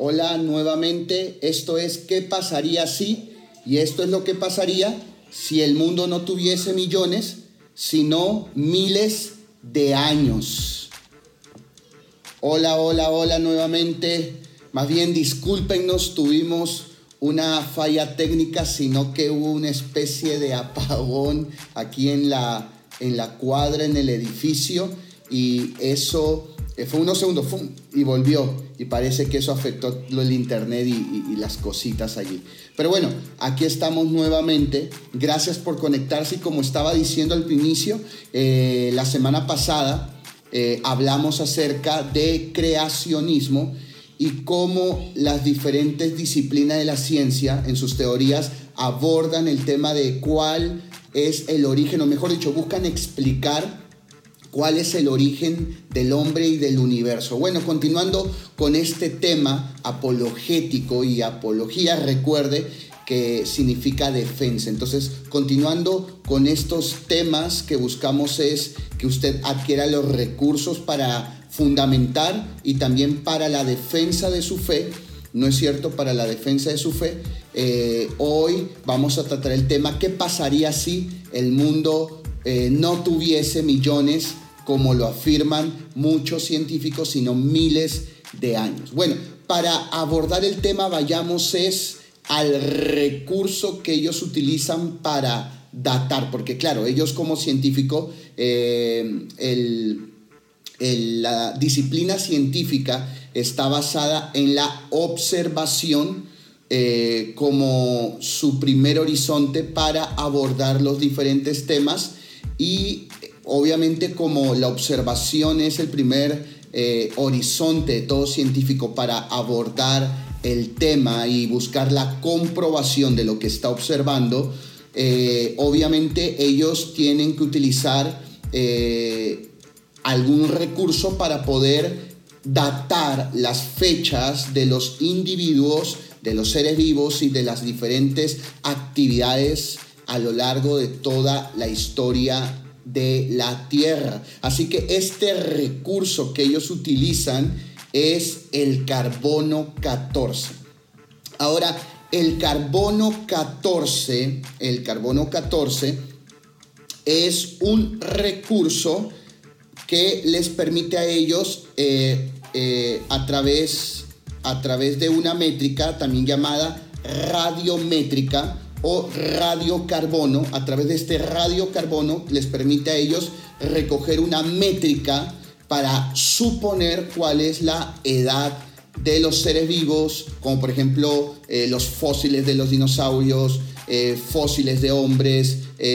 Hola nuevamente, esto es ¿qué pasaría si? Y esto es lo que pasaría si el mundo no tuviese millones, sino miles de años. Hola nuevamente. Más bien discúlpenos, tuvimos una falla técnica, sino que hubo una especie de apagón aquí en la cuadra, en el edificio, y eso fue unos segundos y volvió, y parece que eso afectó el internet y las cositas allí. Pero bueno, aquí estamos nuevamente. Gracias por conectarse, y como estaba diciendo al inicio, la semana pasada hablamos acerca de creacionismo y cómo las diferentes disciplinas de la ciencia en sus teorías abordan el tema de cuál es el origen, o mejor dicho, buscan explicar cuál es el origen del hombre y del universo. Bueno, continuando con este tema apologético, y apología, recuerde que significa defensa. Entonces, continuando con estos temas, que buscamos es que usted adquiera los recursos para fundamentar y también para la defensa de su fe, ¿no es cierto? Para la defensa de su fe. Hoy vamos a tratar el tema ¿qué pasaría si el mundo no tuviese millones, como lo afirman muchos científicos, sino miles de años? Bueno, para abordar el tema vayamos al recurso que ellos utilizan para datar, porque claro, ellos como científicos, la disciplina científica está basada en la observación como su primer horizonte para abordar los diferentes temas, y obviamente como la observación es el primer horizonte de todo científico para abordar el tema y buscar la comprobación de lo que está observando, obviamente ellos tienen que utilizar algún recurso para poder datar las fechas de los individuos, de los seres vivos y de las diferentes actividades a lo largo de toda la historia de la Tierra. Así que este recurso que ellos utilizan es el carbono 14. Ahora, el carbono 14 es un recurso que les permite a ellos a través de una métrica también llamada radiométrica o radiocarbono. A través de este radiocarbono les permite a ellos recoger una métrica para suponer cuál es la edad de los seres vivos, como por ejemplo los fósiles de los dinosaurios, fósiles de hombres,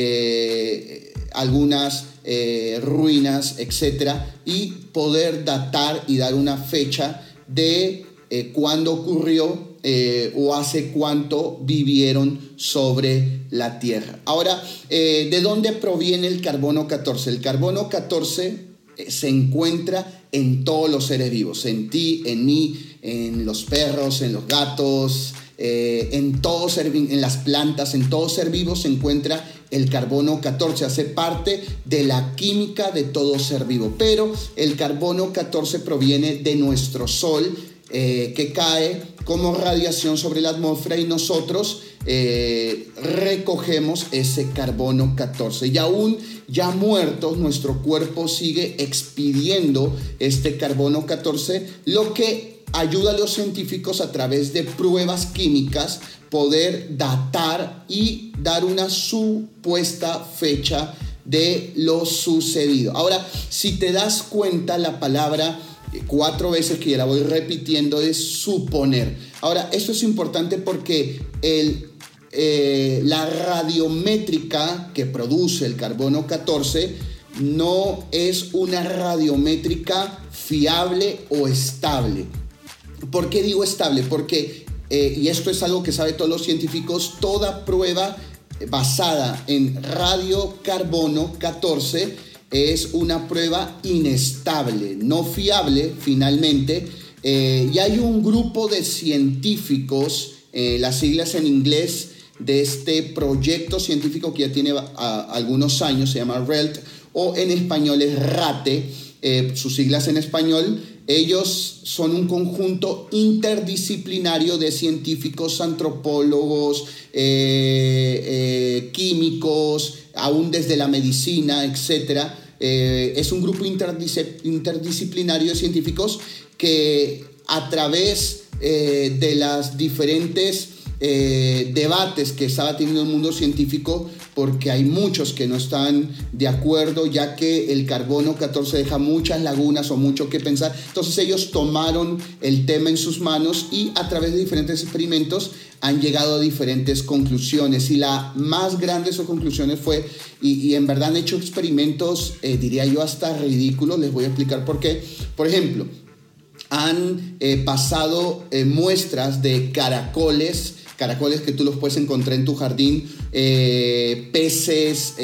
algunas ruinas, etcétera, y poder datar y dar una fecha de cuándo ocurrió o hace cuánto vivieron sobre la Tierra. Ahora, ¿de dónde proviene el carbono 14? El carbono 14 se encuentra en todos los seres vivos, en ti, en mí, en los perros, en los gatos, en las plantas, en todo ser vivo se encuentra el carbono 14, hace parte de la química de todo ser vivo. Pero el carbono 14 proviene de nuestro Sol, que cae como radiación sobre la atmósfera, y nosotros recogemos ese carbono 14. Y aún ya muertos, nuestro cuerpo sigue expidiendo este carbono 14, lo que ayuda a los científicos a través de pruebas químicas poder datar y dar una supuesta fecha de lo sucedido. Ahora, si te das cuenta, la palabra 4 veces que ya la voy repitiendo es suponer. Ahora, esto es importante porque la radiométrica que produce el carbono 14 no es una radiométrica fiable o estable. ¿Por qué digo estable? Porque, y esto es algo que saben todos los científicos, toda prueba basada en radiocarbono 14 es una prueba inestable, no fiable finalmente. Y hay un grupo de científicos, las siglas en inglés de este proyecto científico que ya tiene algunos años, se llama RELT, o en español es RATE, sus siglas en español, Ellos son un conjunto interdisciplinario de científicos, antropólogos, químicos, aún desde la medicina, etc. Es un grupo interdisciplinario de científicos que a través de las diferentes debates que estaba teniendo el mundo científico, porque hay muchos que no están de acuerdo, ya que el carbono 14 deja muchas lagunas o mucho que pensar. Entonces ellos tomaron el tema en sus manos y a través de diferentes experimentos han llegado a diferentes conclusiones, y la más grande de sus conclusiones fue, y en verdad han hecho experimentos, diría yo, hasta ridículos. Les voy a explicar por qué. Por ejemplo, han pasado muestras de caracoles que tú los puedes encontrar en tu jardín, peces,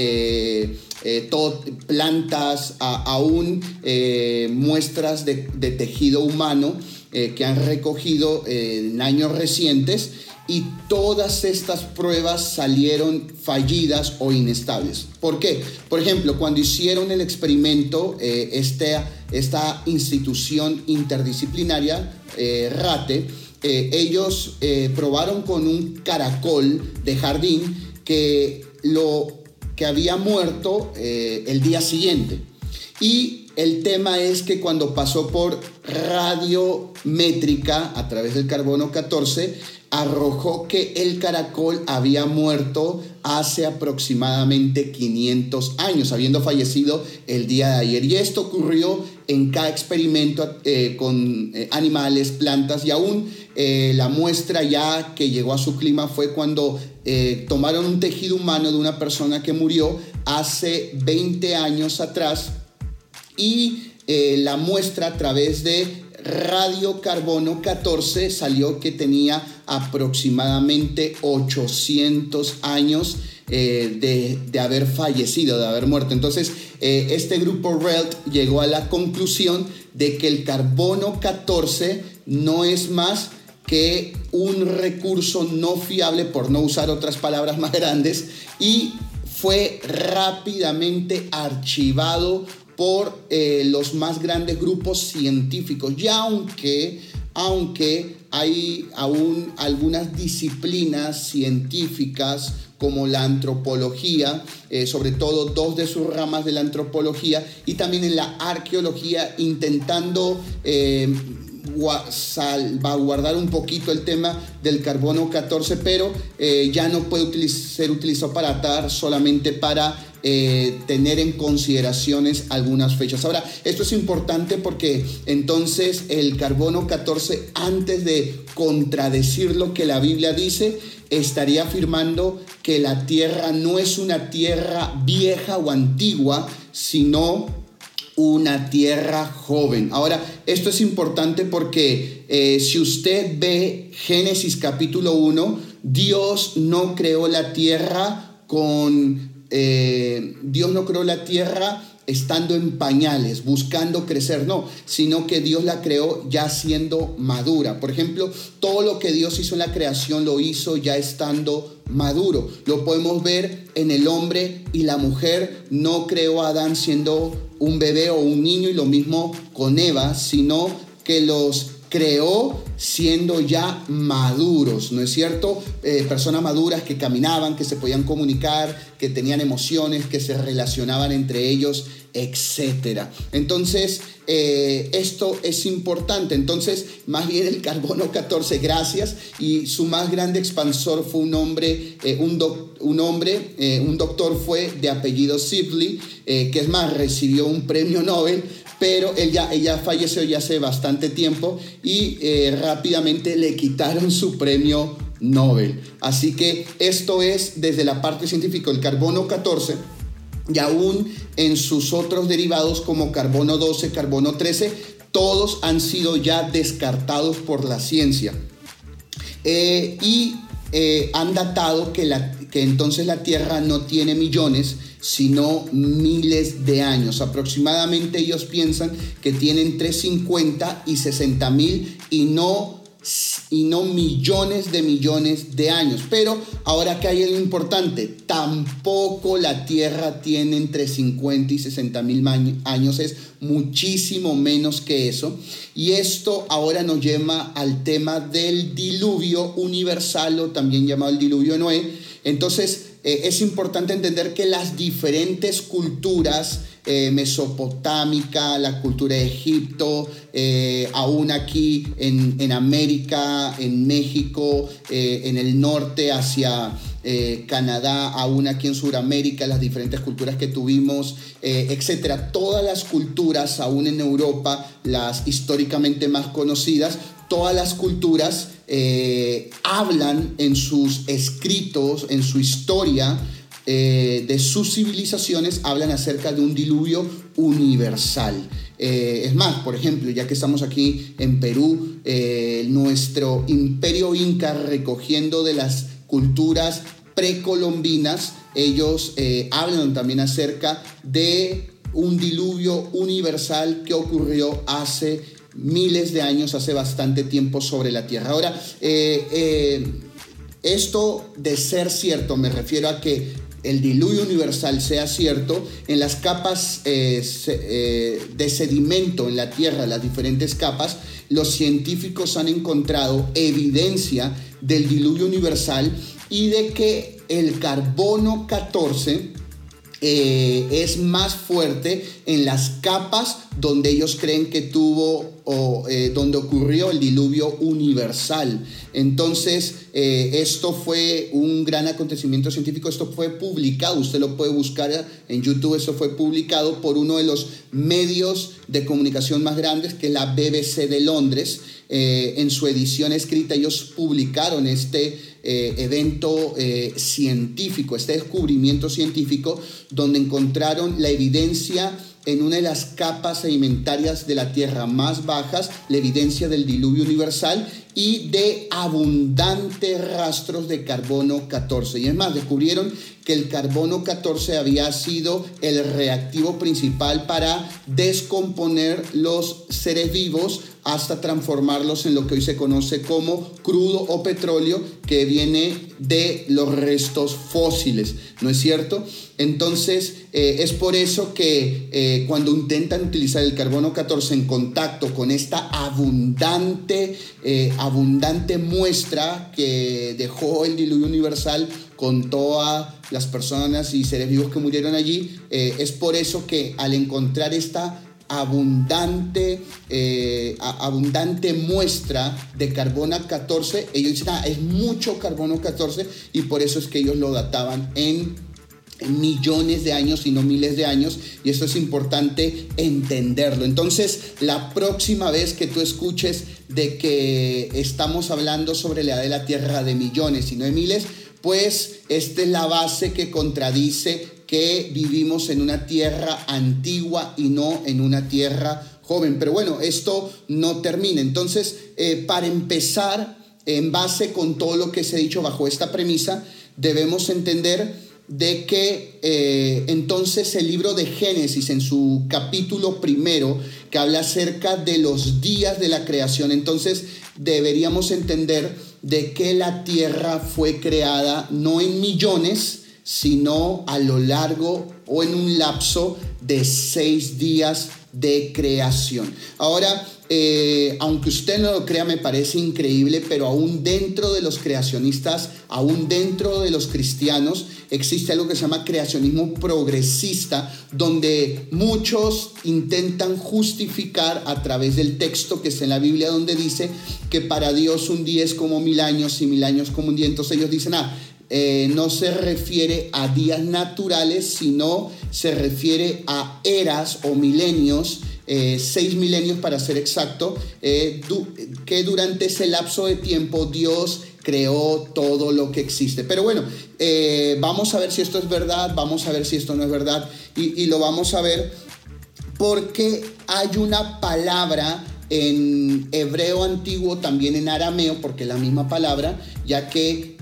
plantas, aún muestras de tejido humano que han recogido en años recientes, y todas estas pruebas salieron fallidas o inestables. ¿Por qué? Por ejemplo, cuando hicieron el experimento, esta institución interdisciplinaria, RATE, ellos probaron con un caracol de jardín que había muerto el día siguiente. Y el tema es que cuando pasó por radiométrica a través del carbono 14, arrojó que el caracol había muerto hace aproximadamente 500 años, habiendo fallecido el día de ayer. Y esto ocurrió en cada experimento con animales, plantas, y aún la muestra ya que llegó a su clima fue cuando tomaron un tejido humano de una persona que murió hace 20 años atrás, y la muestra a través de radiocarbono 14 salió que tenía aproximadamente 800 años de haber fallecido, de haber muerto. Entonces, este grupo RELT llegó a la conclusión de que el carbono 14 no es más que un recurso no fiable, por no usar otras palabras más grandes, y fue rápidamente archivado por los más grandes grupos científicos. Y aunque hay aún algunas disciplinas científicas como la antropología, sobre todo dos de sus ramas de la antropología, y también en la arqueología, intentando salvaguardar un poquito el tema del carbono 14, pero ya no puede ser utilizado para atar, solamente para tener en consideraciones algunas fechas. Ahora, esto es importante porque entonces el carbono 14, antes de contradecir lo que la Biblia dice, estaría afirmando que la tierra no es una tierra vieja o antigua, sino una tierra joven. Ahora, esto es importante porque si usted ve Génesis capítulo 1, Dios no creó la tierra estando en pañales, buscando crecer, no, sino que Dios la creó ya siendo madura. Por ejemplo, todo lo que Dios hizo en la creación lo hizo ya estando maduro. Lo podemos ver en el hombre y la mujer. No creó a Adán siendo un bebé o un niño, y lo mismo con Eva, sino que los creó siendo ya maduros, ¿no es cierto? Personas maduras que caminaban, que se podían comunicar, que tenían emociones, que se relacionaban entre ellos, etc. Entonces, esto es importante. Entonces, más bien el carbono 14, gracias, y su más grande expansor fue un doctor fue de apellido Sibley, que es más, recibió un premio Nobel, pero ella falleció ya hace bastante tiempo, y rápidamente le quitaron su premio Nobel. Así que esto es desde la parte científica, el carbono 14, y aún en sus otros derivados como carbono 12, carbono 13, todos han sido ya descartados por la ciencia. Han datado que entonces la Tierra no tiene millones, sino miles de años. Aproximadamente ellos piensan que tienen entre 50 y 60 mil, y no y no millones de años. Pero ahora que hay algo importante, tampoco la Tierra tiene entre 50 y 60 mil años, es muchísimo menos que eso. Y esto ahora nos lleva al tema del diluvio universal, o también llamado el diluvio de Noé. Entonces, es importante entender que las diferentes culturas mesopotámica, la cultura de Egipto, aún aquí en América, en México, en el norte hacia Canadá, aún aquí en Sudamérica, las diferentes culturas que tuvimos, etcétera. Todas las culturas, aún en Europa, las históricamente más conocidas, todas las culturas hablan en sus escritos, en su historia de sus civilizaciones, hablan acerca de un diluvio universal. Es más, por ejemplo, ya que estamos aquí en Perú, nuestro imperio inca, recogiendo de las culturas precolombinas, ellos hablan también acerca de un diluvio universal que ocurrió hace miles de años, hace bastante tiempo sobre la Tierra. Ahora, esto de ser cierto, me refiero a que el diluvio universal sea cierto, en las capas de sedimento en la Tierra, las diferentes capas, los científicos han encontrado evidencia del diluvio universal y de que el carbono 14 es más fuerte en las capas donde ellos creen que tuvo donde ocurrió el diluvio universal. Entonces, esto fue un gran acontecimiento científico. Esto fue publicado, usted lo puede buscar en YouTube. Esto fue publicado por uno de los medios de comunicación más grandes, que es la BBC de Londres. En su edición escrita, ellos publicaron este evento científico, este descubrimiento científico, donde encontraron la evidencia en una de las capas sedimentarias de la Tierra más bajas, la evidencia del diluvio universal y de abundantes rastros de carbono 14. Y es más, descubrieron que el carbono 14 había sido el reactivo principal para descomponer los seres vivos hasta transformarlos en lo que hoy se conoce como crudo o petróleo, que viene de los restos fósiles, ¿no es cierto? Entonces, es por eso que cuando intentan utilizar el carbono 14 en contacto con esta abundante muestra que dejó el diluvio universal con todas las personas y seres vivos que murieron allí, es por eso que al encontrar esta abundante muestra de carbono 14, ellos dicen, es mucho carbono 14, y por eso es que ellos lo databan en millones de años y no miles de años, y esto es importante entenderlo. Entonces, la próxima vez que tú escuches de que estamos hablando sobre la edad de la Tierra de millones y no de miles, pues esta es la base que contradice que vivimos en una tierra antigua y no en una tierra joven. Pero bueno, esto no termina. Entonces, para empezar, en base con todo lo que se ha dicho bajo esta premisa, debemos entender de que entonces el libro de Génesis, en su capítulo primero, que habla acerca de los días de la creación, entonces deberíamos entender de que la tierra fue creada no en millones, sino a lo largo o en un lapso de 6 días de creación. Ahora, aunque usted no lo crea, me parece increíble, pero aún dentro de los creacionistas, aún dentro de los cristianos, existe algo que se llama creacionismo progresista, donde muchos intentan justificar a través del texto que está en la Biblia, donde dice que para Dios un día es como 1000 años y 1000 años como un día. Entonces ellos dicen, no se refiere a días naturales, sino se refiere a eras o milenios, 6 milenios para ser exacto, que durante ese lapso de tiempo Dios creó todo lo que existe. Pero bueno, vamos a ver si esto es verdad, vamos a ver si esto no es verdad, y lo vamos a ver porque hay una palabra en hebreo antiguo, también en arameo, porque es la misma palabra, ya que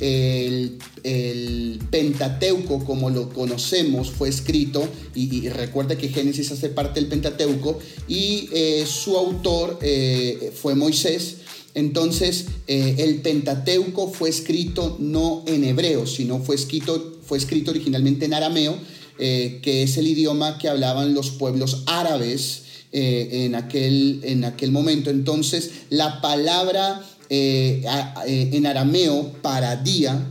el Pentateuco, como lo conocemos, fue escrito, y recuerda que Génesis hace parte del Pentateuco, y su autor fue Moisés. Entonces, el Pentateuco fue escrito no en hebreo, sino fue escrito originalmente en arameo, que es el idioma que hablaban los pueblos árabes en aquel momento. Entonces, la palabra en arameo para día,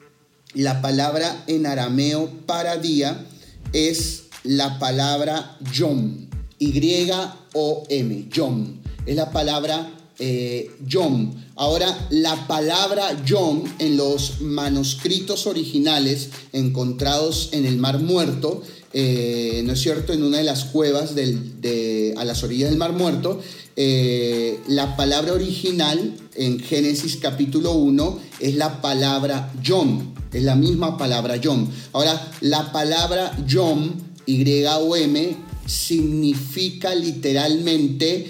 es la palabra yom, Y-O-M, yom, es la palabra yom. Ahora, la palabra yom en los manuscritos originales encontrados en el Mar Muerto, ¿no es cierto?, en una de las cuevas a las orillas del Mar Muerto, la palabra original en Génesis capítulo 1 es la palabra yom, es la misma palabra yom. Ahora, la palabra yom, Y-O-M, significa literalmente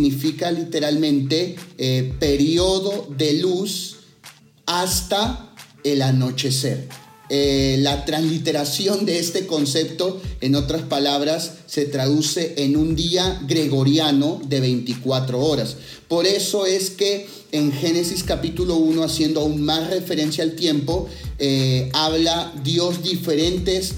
periodo de luz hasta el anochecer. La transliteración de este concepto, en otras palabras, se traduce en un día gregoriano de 24 horas. Por eso es que en Génesis capítulo 1, haciendo aún más referencia al tiempo, habla Dios diferentes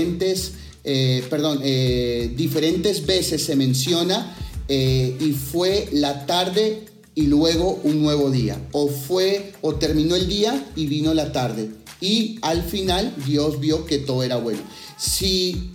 veces se menciona y fue la tarde y luego un nuevo día, o terminó el día y vino la tarde, y al final Dios vio que todo era bueno. Si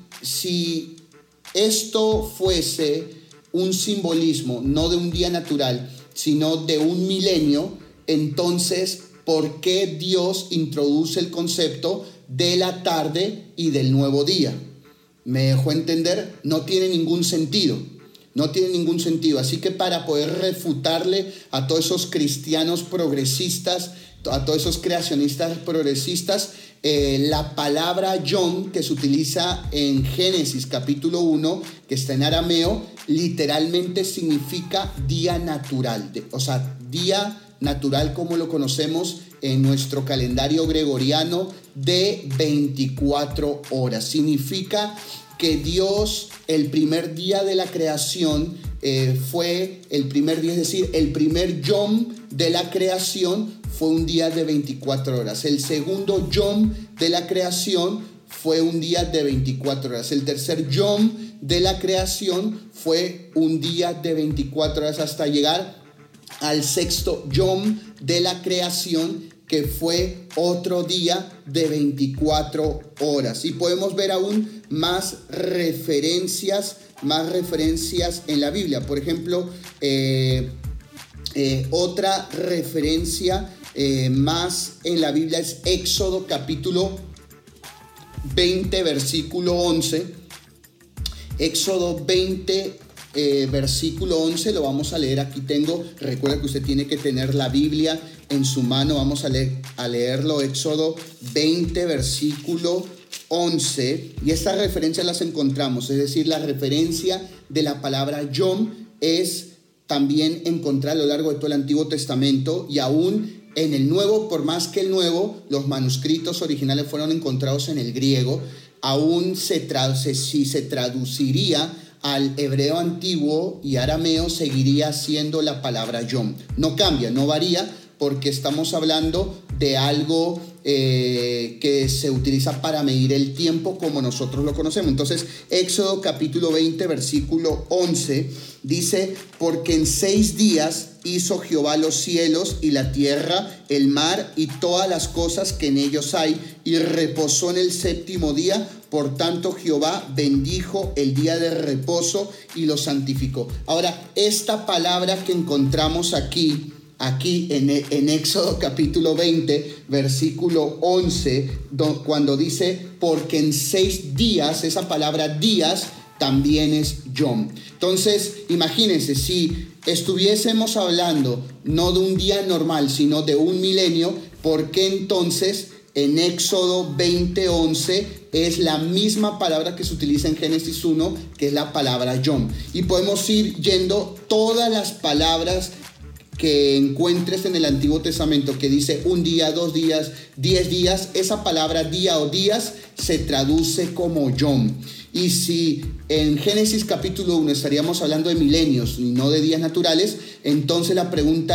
esto fuese un simbolismo no de un día natural, sino de un milenio, entonces ¿por qué Dios introduce el concepto de la tarde y del nuevo día? ¿Me dejó entender? No tiene ningún sentido. Así que para poder refutarle a todos esos cristianos progresistas, a todos esos creacionistas progresistas, la palabra yom que se utiliza en Génesis capítulo 1, que está en arameo, literalmente significa día natural. Día natural como lo conocemos en nuestro calendario gregoriano de 24 horas. Significa que Dios, el primer día de la creación, fue el primer día, es decir, el primer yom de la creación fue un día de 24 horas. El segundo yom de la creación fue un día de 24 horas. El tercer yom de la creación fue un día de 24 horas hasta llegar al sexto yom de la creación, que fue otro día de 24 horas. Y podemos ver aún más referencias en la Biblia. Por ejemplo, otra referencia más en la Biblia es Éxodo capítulo 20, versículo 11. Éxodo 20, versículo 11, lo vamos a leer. Aquí tengo, recuerda que usted tiene que tener la Biblia en su mano. Vamos a leerlo. Éxodo 20, versículo 11. Y estas referencias las encontramos, es decir, la referencia de la palabra yom es también encontrada a lo largo de todo el Antiguo Testamento, y aún en el Nuevo, por más que el Nuevo, los manuscritos originales fueron encontrados en el griego, aún si se traduciría al hebreo antiguo y arameo, seguiría siendo la palabra yom. No cambia, no varía, porque estamos hablando de algo que se utiliza para medir el tiempo como nosotros lo conocemos. Entonces, Éxodo capítulo 20, versículo 11, dice: porque en 6 días hizo Jehová los cielos y la tierra, el mar y todas las cosas que en ellos hay, y reposó en el séptimo día. Por tanto, Jehová bendijo el día de reposo y lo santificó. Ahora, esta palabra que encontramos aquí en Éxodo capítulo 20, versículo 11, cuando dice porque en 6 días, esa palabra días también es yom. Entonces, imagínense, si estuviésemos hablando no de un día normal, sino de un milenio, ¿por qué entonces en Éxodo 20:11 es la misma palabra que se utiliza en Génesis 1, que es la palabra yom? Y podemos ir yendo todas las palabras que encuentres en el Antiguo Testamento que dice un día, 2 días, 10 días, esa palabra día o días se traduce como yom. Y si en Génesis capítulo 1 estaríamos hablando de milenios y no de días naturales, entonces la pregunta es,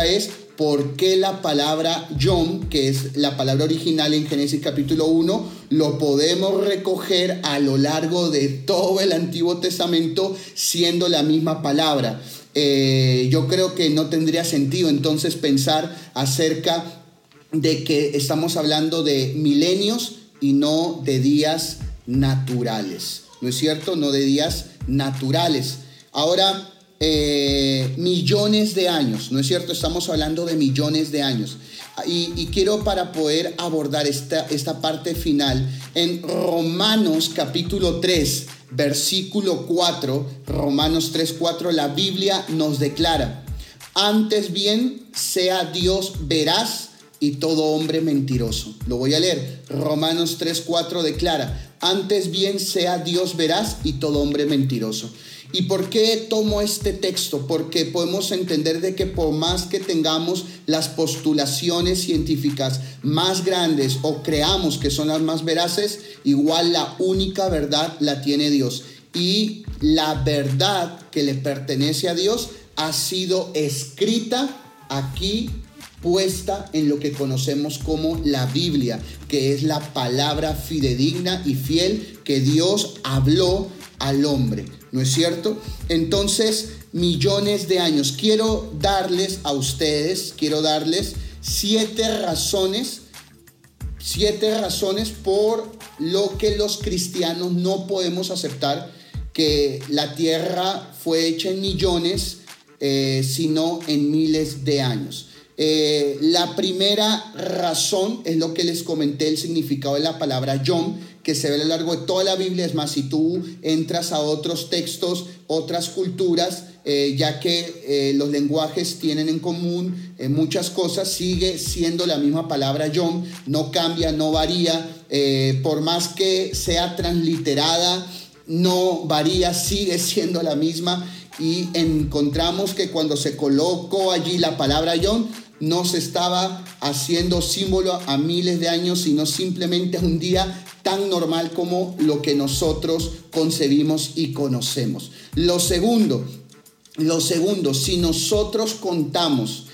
por qué la palabra yom, que es la palabra original en Génesis capítulo 1, lo podemos recoger a lo largo de todo el Antiguo Testamento siendo la misma palabra. Yo creo que no tendría sentido entonces pensar acerca de que estamos hablando de milenios y no de días naturales, ¿no es cierto? No de días naturales. Ahora, millones de años, ¿no es cierto? Estamos hablando de millones de años. Y quiero, para poder abordar esta parte final, en Romanos capítulo 3, versículo 4, Romanos 3, 4, la Biblia nos declara: antes bien sea Dios veraz y todo hombre mentiroso. Lo voy a leer. Romanos 3, 4 declara: antes bien sea Dios veraz y todo hombre mentiroso. ¿Y por qué tomo este texto? Porque podemos entender de que por más que tengamos las postulaciones científicas más grandes o creamos que son las más veraces, igual la única verdad la tiene Dios. Y la verdad que le pertenece a Dios ha sido escrita aquí, puesta en lo que conocemos como la Biblia, que es la palabra fidedigna y fiel que Dios habló al hombre, ¿no es cierto? Entonces, millones de años. Quiero darles a ustedes, 7 razones por lo que los cristianos no podemos aceptar que la tierra fue hecha en millones, sino en miles de años. La primera razón es lo que les comenté, el significado de la palabra yom, que se ve a lo largo de toda la Biblia. Es más, si tú entras a otros textos, otras culturas, ya que los lenguajes tienen en común muchas cosas, sigue siendo la misma palabra yom, no cambia, no varía, por más que sea transliterada, no varía, sigue siendo la misma. Y encontramos que cuando se colocó allí la palabra yom, no se estaba haciendo símbolo a miles de años, sino simplemente a un día tan normal como lo que nosotros concebimos y conocemos. Lo segundo, si nosotros contamos,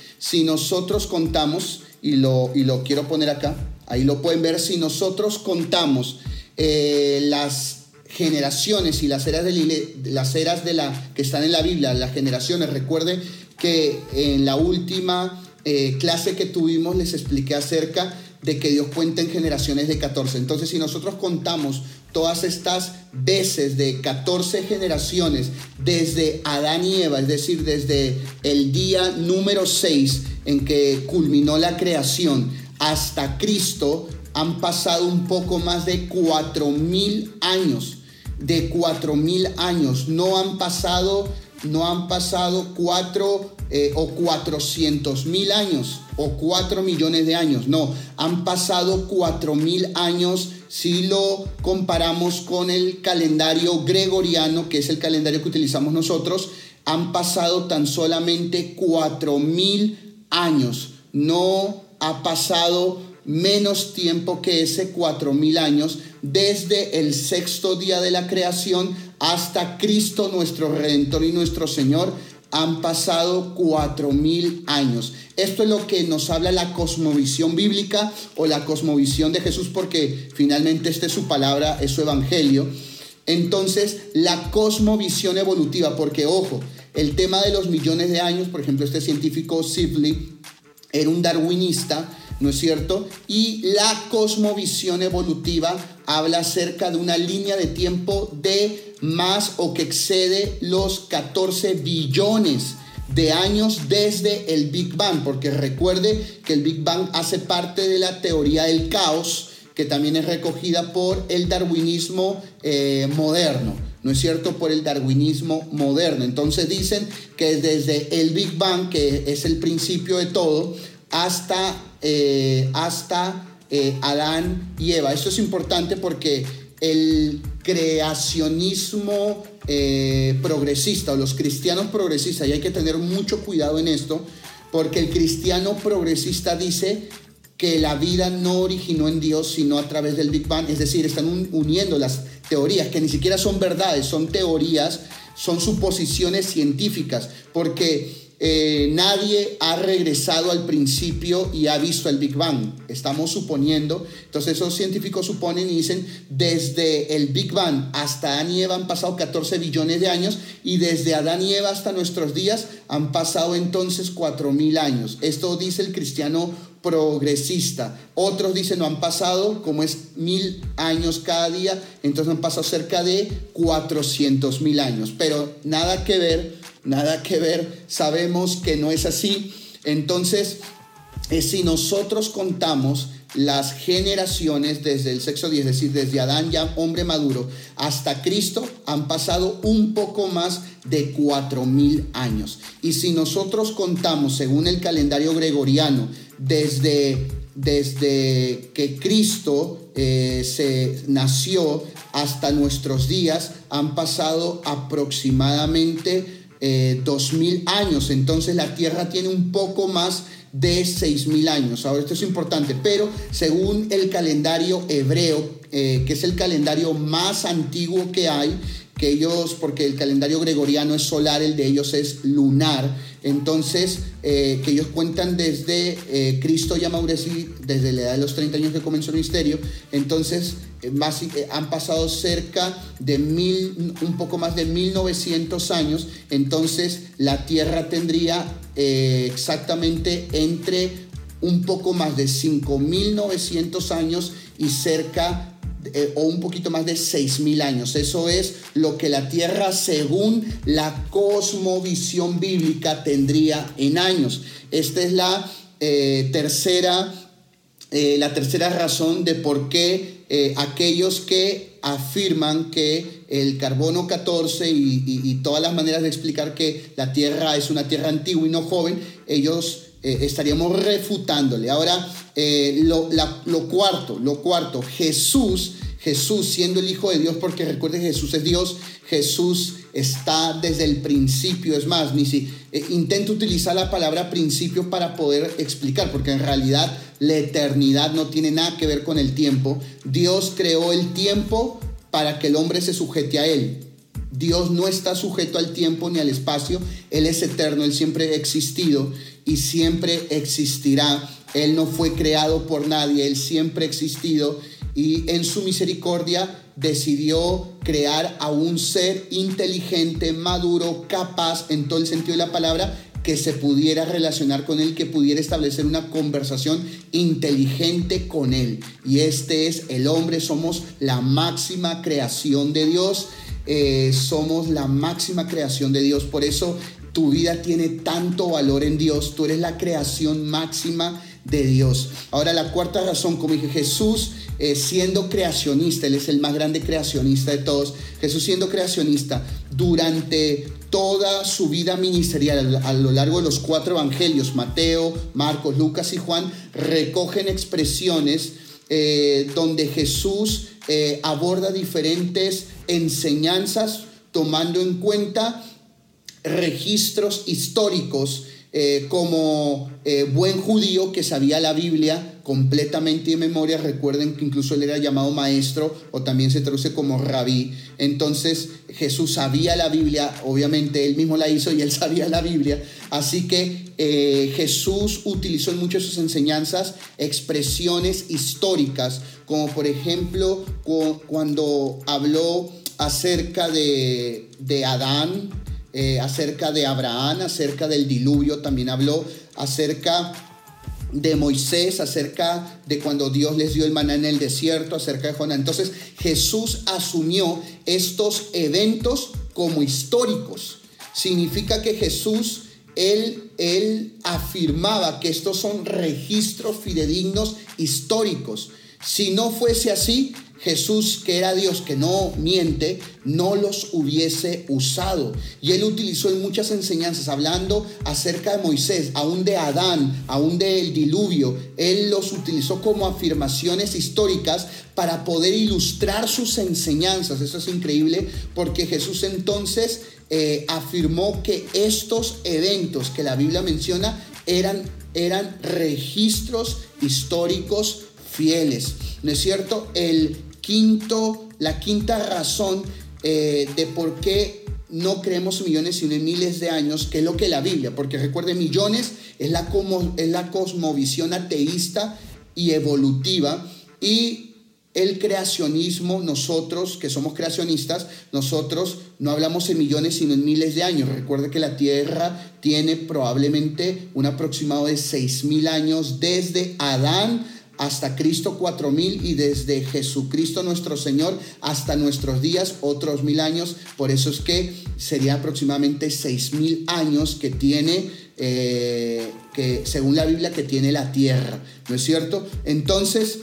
y lo quiero poner acá, ahí lo pueden ver, si nosotros contamos las generaciones y las eras que están en la Biblia, las generaciones. Recuerde que en la última clase que tuvimos les expliqué acerca de que Dios cuenta en generaciones de 14. Entonces, si nosotros contamos todas estas veces de 14 generaciones desde Adán y Eva, es decir, desde el día número 6 en que culminó la creación hasta Cristo, han pasado un poco más de 4,000 años. De 4,000 años. No han pasado 400,000 años o 4 millones de años. No, han pasado 4,000 años si lo comparamos con el calendario gregoriano, que es el calendario que utilizamos nosotros. Han pasado tan solamente 4,000 años. No ha pasado menos tiempo que ese 4,000 años, desde el sexto día de la creación hasta Cristo nuestro Redentor y nuestro Señor. Han pasado 4,000 años. Esto es lo que nos habla la cosmovisión bíblica o la cosmovisión de Jesús, porque finalmente esta es su palabra, es su evangelio. Entonces, la cosmovisión evolutiva, porque ojo, el tema de los millones de años, por ejemplo, este científico Sibley era un darwinista, ¿no es cierto? Y la cosmovisión evolutiva habla acerca de una línea de tiempo de más o que excede los 14 billones de años desde el Big Bang, porque recuerde que el Big Bang hace parte de la teoría del caos, que también es recogida por el darwinismo moderno, ¿no es cierto? Por el darwinismo moderno. Entonces dicen que desde el Big Bang, que es el principio de todo, hasta Adán y Eva. Esto es importante porque el creacionismo progresista o los cristianos progresistas, y hay que tener mucho cuidado en esto, porque el cristiano progresista dice que la vida no originó en Dios sino a través del Big Bang. Es decir, están uniendo las teorías que ni siquiera son verdades, son teorías, son suposiciones científicas, porque nadie ha regresado al principio y ha visto el Big Bang. Estamos suponiendo, entonces esos científicos suponen y dicen, desde el Big Bang hasta Adán y Eva han pasado 14 billones de años, y desde Adán y Eva hasta nuestros días han pasado entonces 4.000 años. Esto dice el cristiano progresista. Otros dicen, no, han pasado, como es 1.000 años cada día, entonces han pasado cerca de 400.000 años. Pero nada que ver, sabemos que no es así. Entonces, si nosotros contamos las generaciones desde el sexo 10, es decir, desde Adán, ya hombre maduro, hasta Cristo, han pasado un poco más de 4.000 años. Y si nosotros contamos según el calendario gregoriano, desde que Cristo se nació hasta nuestros días, han pasado aproximadamente 2.000 años. Entonces la Tierra tiene un poco más de 6.000 años. Ahora, esto es importante, pero según el calendario hebreo, que es el calendario más antiguo que hay, que ellos, porque el calendario gregoriano es solar, el de ellos es lunar, entonces que ellos cuentan desde Cristo ya Maureci, desde la edad de los 30 años que comenzó el ministerio. Entonces han pasado cerca de un poco más de 1.900 años. Entonces la Tierra tendría exactamente entre un poco más de 5.900 años y cerca o un poquito más de 6.000 años. Eso es lo que la Tierra, según la cosmovisión bíblica, tendría en años. Esta es la tercera razón de por qué aquellos que afirman que el carbono 14 y todas las maneras de explicar que la Tierra es una Tierra antigua y no joven, ellos estaríamos refutándole. Ahora, lo cuarto, Jesús siendo el Hijo de Dios, porque recuerden que Jesús es Dios, Jesús está desde el principio. Es más, intento utilizar la palabra principio para poder explicar, porque en realidad la eternidad no tiene nada que ver con el tiempo. Dios creó el tiempo para que el hombre se sujete a él. Dios no está sujeto al tiempo ni al espacio. Él es eterno, Él siempre ha existido y siempre existirá. Él no fue creado por nadie, Él siempre ha existido, y en su misericordia decidió crear a un ser inteligente, maduro, capaz en todo el sentido de la palabra, que se pudiera relacionar con Él, que pudiera establecer una conversación inteligente con Él. Y este es el hombre. Somos la máxima creación de Dios. Somos la máxima creación de Dios. Por eso tu vida tiene tanto valor en Dios. Tú eres la creación máxima de Dios. Ahora, la cuarta razón, como dije, Jesús siendo creacionista, Él es el más grande creacionista de todos. Jesús siendo creacionista durante toda su vida ministerial, a lo largo de los 4 evangelios, Mateo, Marcos, Lucas y Juan, recogen expresiones donde Jesús aborda diferentes enseñanzas tomando en cuenta registros históricos, como buen judío que sabía la Biblia completamente de memoria. Recuerden que incluso él era llamado maestro, o también se traduce como rabí. Entonces Jesús sabía la Biblia, obviamente él mismo la hizo y él sabía la Biblia. Así que Jesús utilizó en muchas de sus enseñanzas expresiones históricas, como por ejemplo cuando habló acerca de Adán, acerca de Abraham, acerca del diluvio. También habló acerca de Moisés, acerca de cuando Dios les dio el maná en el desierto, acerca de Jonás. Entonces Jesús asumió estos eventos como históricos. Significa que Jesús, él afirmaba que estos son registros fidedignos históricos. Si no fuese así, Jesús, que era Dios, que no miente, no los hubiese usado. Y Él utilizó en muchas enseñanzas, hablando acerca de Moisés, aún de Adán, aún del diluvio. Él los utilizó como afirmaciones históricas para poder ilustrar sus enseñanzas. Eso es increíble, porque Jesús entonces afirmó que estos eventos que la Biblia menciona eran registros históricos fieles. ¿No es cierto? La quinta razón de por qué no creemos en millones sino en miles de años, que es lo que la Biblia, porque recuerden, millones es la cosmovisión ateísta y evolutiva, y el creacionismo, nosotros que somos creacionistas, nosotros no hablamos en millones sino en miles de años. Recuerde que la Tierra tiene probablemente un aproximado de 6.000 años desde Adán hasta Cristo 4.000, y desde Jesucristo nuestro Señor hasta nuestros días otros 1.000 años. Por eso es que sería aproximadamente 6.000 años que tiene, que según la Biblia, que tiene la Tierra, ¿no es cierto? Entonces,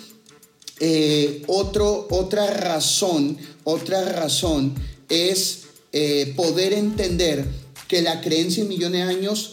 otra razón es poder entender que la creencia en millones de años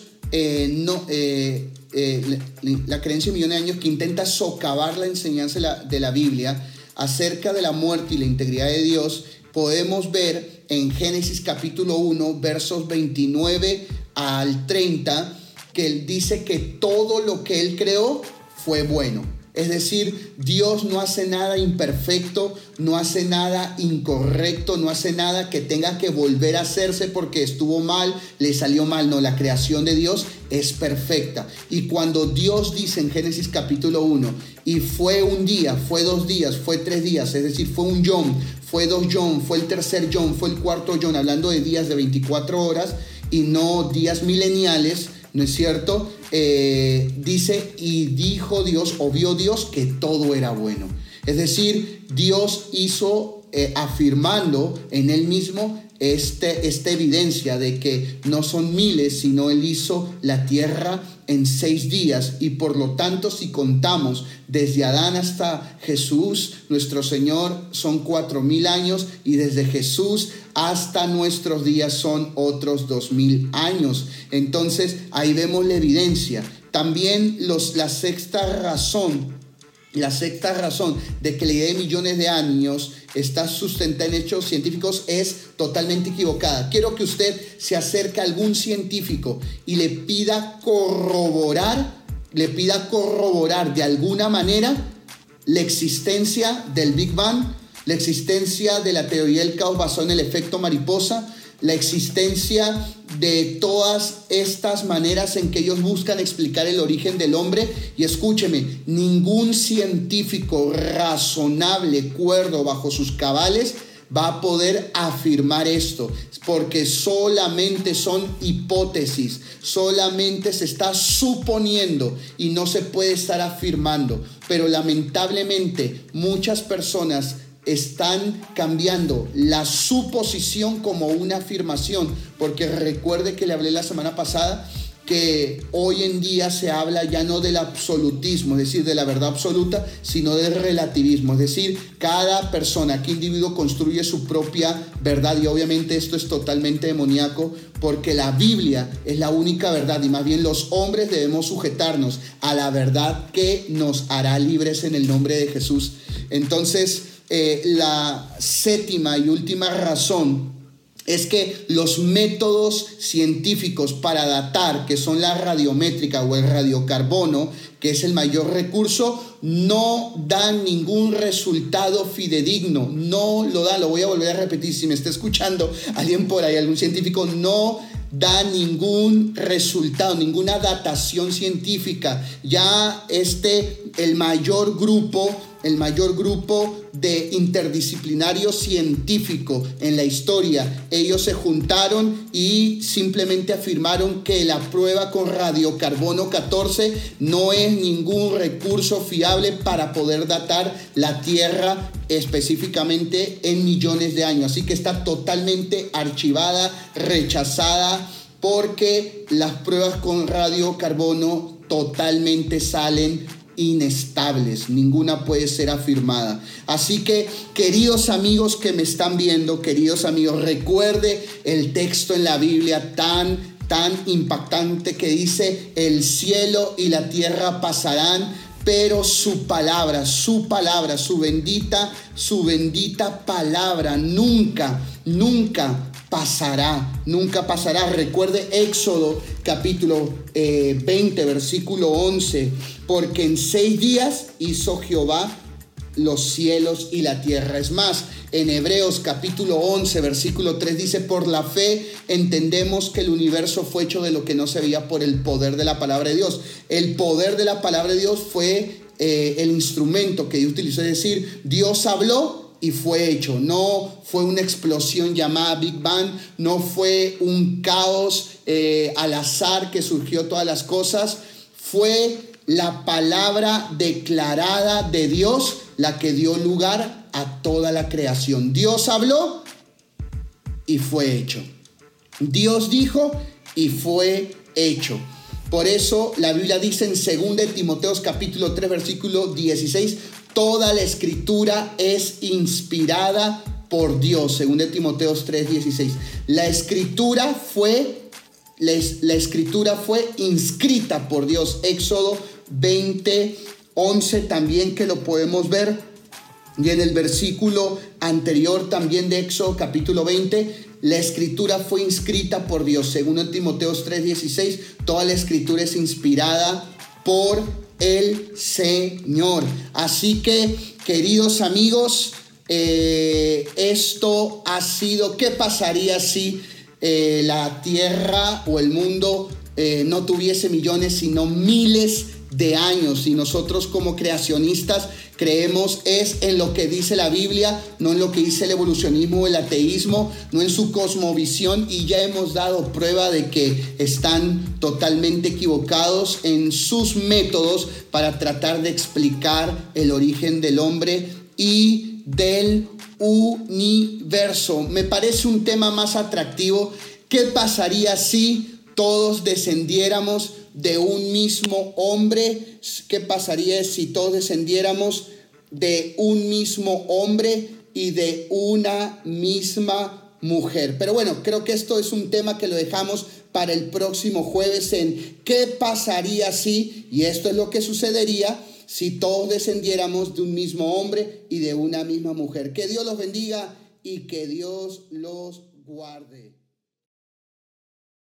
la creencia en millones de años, que intenta socavar la enseñanza de la Biblia acerca de la muerte y la integridad de Dios, podemos ver en Génesis capítulo 1, versos 29 al 30, que él dice que todo lo que él creó fue bueno. Es decir, Dios no hace nada imperfecto, no hace nada incorrecto, no hace nada que tenga que volver a hacerse porque estuvo mal, le salió mal. No, la creación de Dios es perfecta. Y cuando Dios dice en Génesis capítulo 1, y fue un día, fue 2 días, fue 3 días, es decir, fue un yom, fue 2 yom, fue el tercer yom, fue el cuarto yom, hablando de días de 24 horas y no días mileniales, ¿no es cierto? Dice, y dijo Dios, o vio Dios, que todo era bueno. Es decir, Dios hizo, afirmando en él mismo esta evidencia de que no son miles, sino él hizo la tierra en 6 días, y por lo tanto, si contamos desde Adán hasta Jesús, nuestro Señor, son 4.000 años, y desde Jesús hasta nuestros días son otros 2.000 años. Entonces, ahí vemos la evidencia. También la sexta razón de que la idea de millones de años está sustentada en hechos científicos es totalmente equivocada. Quiero que usted se acerque a algún científico y le pida corroborar de alguna manera la existencia del Big Bang, la existencia de la teoría del caos basada en el efecto mariposa, la existencia de todas estas maneras en que ellos buscan explicar el origen del hombre. Y escúcheme, ningún científico razonable, cuerdo, bajo sus cabales, va a poder afirmar esto, porque solamente son hipótesis, solamente se está suponiendo y no se puede estar afirmando. Pero lamentablemente muchas personas están cambiando la suposición como una afirmación, porque recuerde que le hablé la semana pasada que hoy en día se habla ya no del absolutismo, es decir, de la verdad absoluta, sino del relativismo. Es decir, cada persona, cada individuo construye su propia verdad, y obviamente esto es totalmente demoníaco, porque la Biblia es la única verdad, y más bien los hombres debemos sujetarnos a la verdad que nos hará libres en el nombre de Jesús. Entonces, la séptima y última razón es que los métodos científicos para datar, que son la radiométrica o el radiocarbono, que es el mayor recurso, no dan ningún resultado fidedigno. No lo da, lo voy a volver a repetir. Si me está escuchando alguien por ahí, algún científico, no da ningún resultado, ninguna datación científica. Ya el mayor grupo de interdisciplinario científico en la historia, ellos se juntaron y simplemente afirmaron que la prueba con radiocarbono 14 no es ningún recurso fiable para poder datar la Tierra específicamente en millones de años. Así que está totalmente archivada, rechazada, porque las pruebas con radiocarbono totalmente salen inestables, ninguna puede ser afirmada. Así que, queridos amigos que me están viendo, queridos amigos, recuerde el texto en la Biblia tan impactante que dice: el cielo y la tierra pasarán, pero su palabra, su bendita palabra nunca pasará. Recuerde Éxodo capítulo 20, versículo 11. Porque en 6 días hizo Jehová los cielos y la tierra. Es más, en Hebreos capítulo 11, versículo 3 dice: por la fe entendemos que el universo fue hecho de lo que no se veía por el poder de la palabra de Dios. El poder de la palabra de Dios fue el instrumento que Dios utilizó, es decir, Dios habló y fue hecho. No fue una explosión llamada Big Bang, no fue un caos al azar que surgió todas las cosas. Fue la palabra declarada de Dios la que dio lugar a toda la creación. Dios habló y fue hecho. Dios dijo y fue hecho. Por eso la Biblia dice en 2 Timoteo capítulo 3 versículo 16: toda la escritura es inspirada por Dios. 2 Timoteo 3, 16. La escritura fue inscrita por Dios. Éxodo 20, 11 también, que lo podemos ver. Y en el versículo anterior también de Éxodo capítulo 20, la escritura fue inscrita por Dios. Según Timoteo 3, 16, toda la escritura es inspirada por el Señor. Así que, queridos amigos, esto ha sido, ¿qué pasaría si la tierra o el mundo no tuviese millones sino miles de años? Y nosotros como creacionistas creemos es en lo que dice la Biblia, no en lo que dice el evolucionismo o el ateísmo, no en su cosmovisión, y ya hemos dado prueba de que están totalmente equivocados en sus métodos para tratar de explicar el origen del hombre y del universo. Me parece un tema más atractivo. ¿Qué pasaría si todos descendiéramos de un mismo hombre? ¿Qué pasaría si todos descendiéramos de un mismo hombre y de una misma mujer? Pero bueno, creo que esto es un tema que lo dejamos para el próximo jueves en ¿qué pasaría si? Y esto es lo que sucedería si todos descendiéramos de un mismo hombre y de una misma mujer. Que Dios los bendiga y que Dios los guarde.